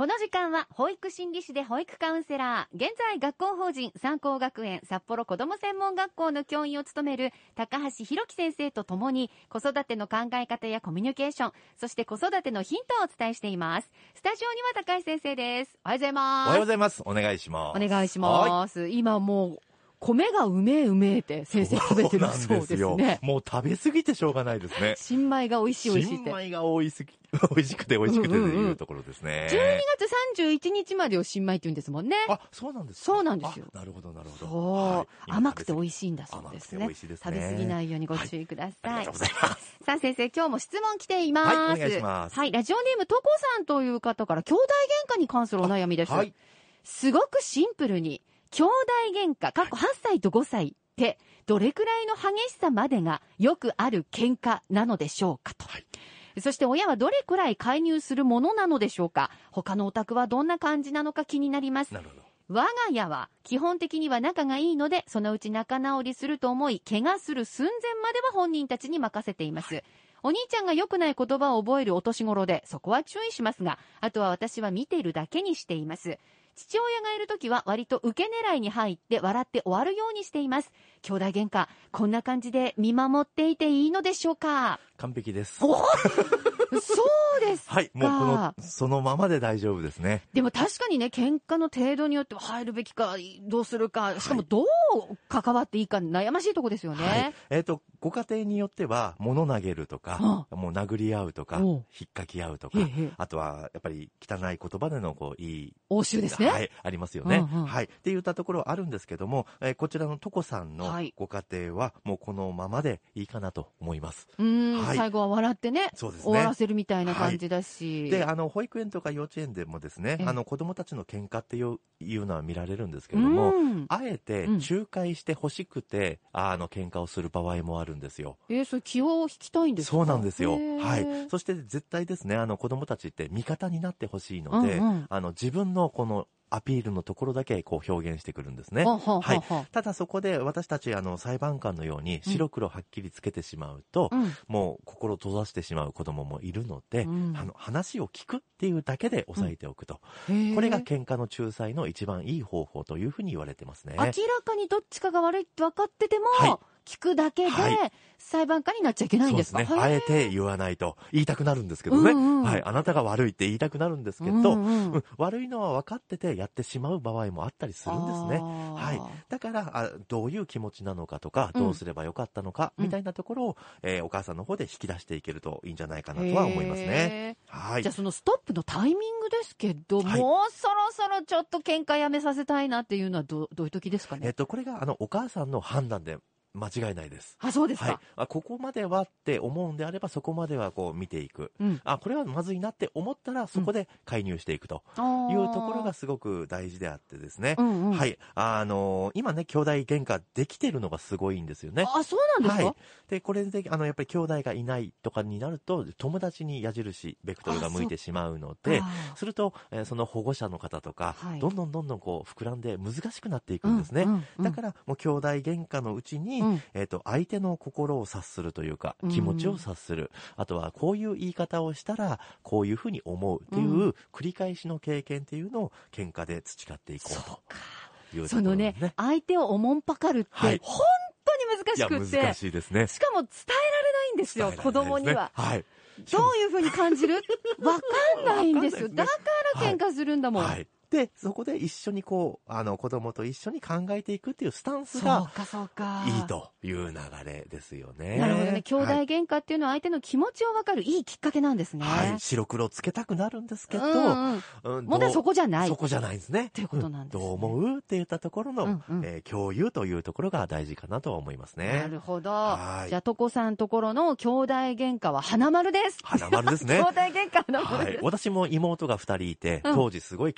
この時間は保育心理士で保育カウンセラー、現在学校法人三高学園札幌子ども専門学校の教員を務める高橋弘樹先生とともに、子育ての考え方やコミュニケーション、そして子育てのヒントをお伝えしています。スタジオには高橋先生です。おはようございます。 おはようございます。お願いします。 お願いします。今もう米がうめえうめえって先生食べてるそうですね。 もう食べ過ぎてしょうがないですね。 新米が美味しい美味しいって。 新米が美味しくてというところですね。 12月31日までを新米って言うんですもんね。 あ、そうなんですか。 そうなんですよ。 なるほどなるほど。 そう、はい、甘くて美味しいんだそうですね。 甘くて美味しいですね。 食べ過ぎないようにご注意ください。 はい、ありがとうございます。 さあ先生、今日も質問来ています。 はい、お願いします。 はい、ラジオネームとこさんという方から兄弟喧嘩に関するお悩みです。はい、すごくシンプルに。兄弟喧嘩、8歳と5歳ってどれくらいの激しさまでがよくある喧嘩なのでしょうかと。はい、そして親はどれくらい介入するものなのでしょうか。他のお宅はどんな感じなのか気になります。 なるほど。 我が家は基本的には仲がいいので、そのうち仲直りすると思い、怪我する寸前までは本人たちに任せています。はい、お兄ちゃんが良くない言葉を覚えるお年頃で、そこは注意しますが、あとは私は見ているだけにしています。父親がいるときは割と受け狙いに入って笑って終わるようにしています。兄弟喧嘩、こんな感じで見守っていていいのでしょうか。 完璧です。 そうですか。 はい、もうそのままで大丈夫ですね。 でも確かにね、喧嘩の程度によっては入るべきかどうするか、しかもどう関わっていいか悩ましいとこですよね。 はい、ご家庭によっては物投げるとか、もう殴り合うとか、引っかき合うとか、あとはやっぱり汚い言葉でのいい応酬ですね。 はい、ありますよね。はい、っていったところはあるんですけども、こちらのとこさんのご家庭はもうこのままでいいかなと思います。 はい、最後は笑ってね、 そうですね、 終わらせるみたいな感じだし。 で、保育園とか幼稚園でもですね、子供たちの喧嘩っていうのは見られるんですけれども、あえて仲介して欲しくて、喧嘩をする場合もあるんですよ。 それ気を引きたいんですか？ そうなんですよ。はい。そして絶対ですね、子供たちって味方になってほしいので、自分のこのアピールのところだけ表現してくるんですね。はい。ただそこで私たち裁判官のように白黒はっきりつけてしまうと、もう心を閉ざしてしまう子供もいるので、話を聞くっていうだけで抑えておくと。これが喧嘩の仲裁の一番いい方法というふうに言われてますね。 明らかにどっちかが悪いって分かってても、聞くだけで裁判官になっちゃいけないんですか？ そうですね。あえて言わないと言いたくなるんですけどね。はい。あなたが悪いって言いたくなるんですけど、悪いのは分かっててやってしまう場合もあったりするんですね。はい。だからどういう気持ちなのかとか、どうすればよかったのかみたいなところを、お母さんの方で引き出していけるといいんじゃないかなとは思いますね。はい。 じゃあそのストップのタイミングですけど、もうそろそろちょっと喧嘩やめさせたいなっていうのはどういう時ですかね？ これがお母さんの判断で間違いないです。 あ、そうですか。 はい。ここまではって思うんであれば、そこまでは見ていく。これはまずいなって思ったら、そこで介入していくというところがすごく大事であってですね。はい。今ね、兄弟喧嘩できてるのがすごいんですよね。 あ、そうなんですか？はい。 で、これで、やっぱり兄弟がいないとかになると、友達に矢印、ベクトルが向いてしまうので、すると、その保護者の方とか、どんどん膨らんで難しくなっていくんですね。だから、もう兄弟喧嘩のうちに、相手の心を察するというか、気持ちを察する。あとは、こういう言い方をしたら、こういうふうに思うっていう繰り返しの経験っていうのを喧嘩で培っていこうというところですね。 そのね、相手をおもんぱかるって、本当に難しくて。 いや、難しいですね。 しかも伝えられないんですよ、子供には。はい。どういうふうに感じる？わかんないんですよ。だから喧嘩するんだもん。はい。 で、そこで一緒に子供と一緒に考えていくっていうスタンスがいいという流れですよね。 なるほどね。兄弟喧嘩っていうのは相手の気持ちを分かるいいきっかけなんですね。 はい。白黒つけたくなるんですけど、 問題はそこじゃない。 そこじゃないんですね。 っていうことなんですね。 どう思うって言ったところの、共有というところが大事かなとは思いますね。 なるほど。じゃあ、とこさんところの兄弟喧嘩は花丸です。 花丸ですね。 兄弟喧嘩花丸です。 はい。私も妹が2人いて、当時すごい喧嘩いっ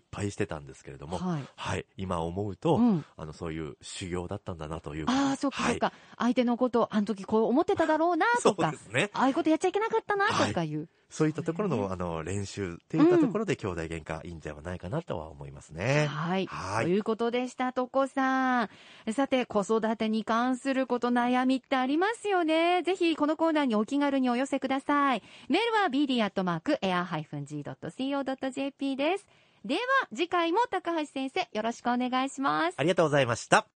ぱいしてたんですけれども、 はい。 はい、今思うと、 うん。 そういう修行だったんだなという。 ああ、そっかはい。 そっか。相手のことを、あの時こう思ってただろうなとか、 そうですね。 ああいうことやっちゃいけなかったなとかいう。 そういったところの、練習っていったところで兄弟喧嘩いいんではないかなとは思いますね。 はい。 はい。 ということでした、とこさん。さて、子育てに関すること悩みってありますよね。ぜひ、このコーナーにお気軽にお寄せください。メールは bd@air-g.co.jp です。では、次回も高橋先生、よろしくお願いします。 ありがとうございました。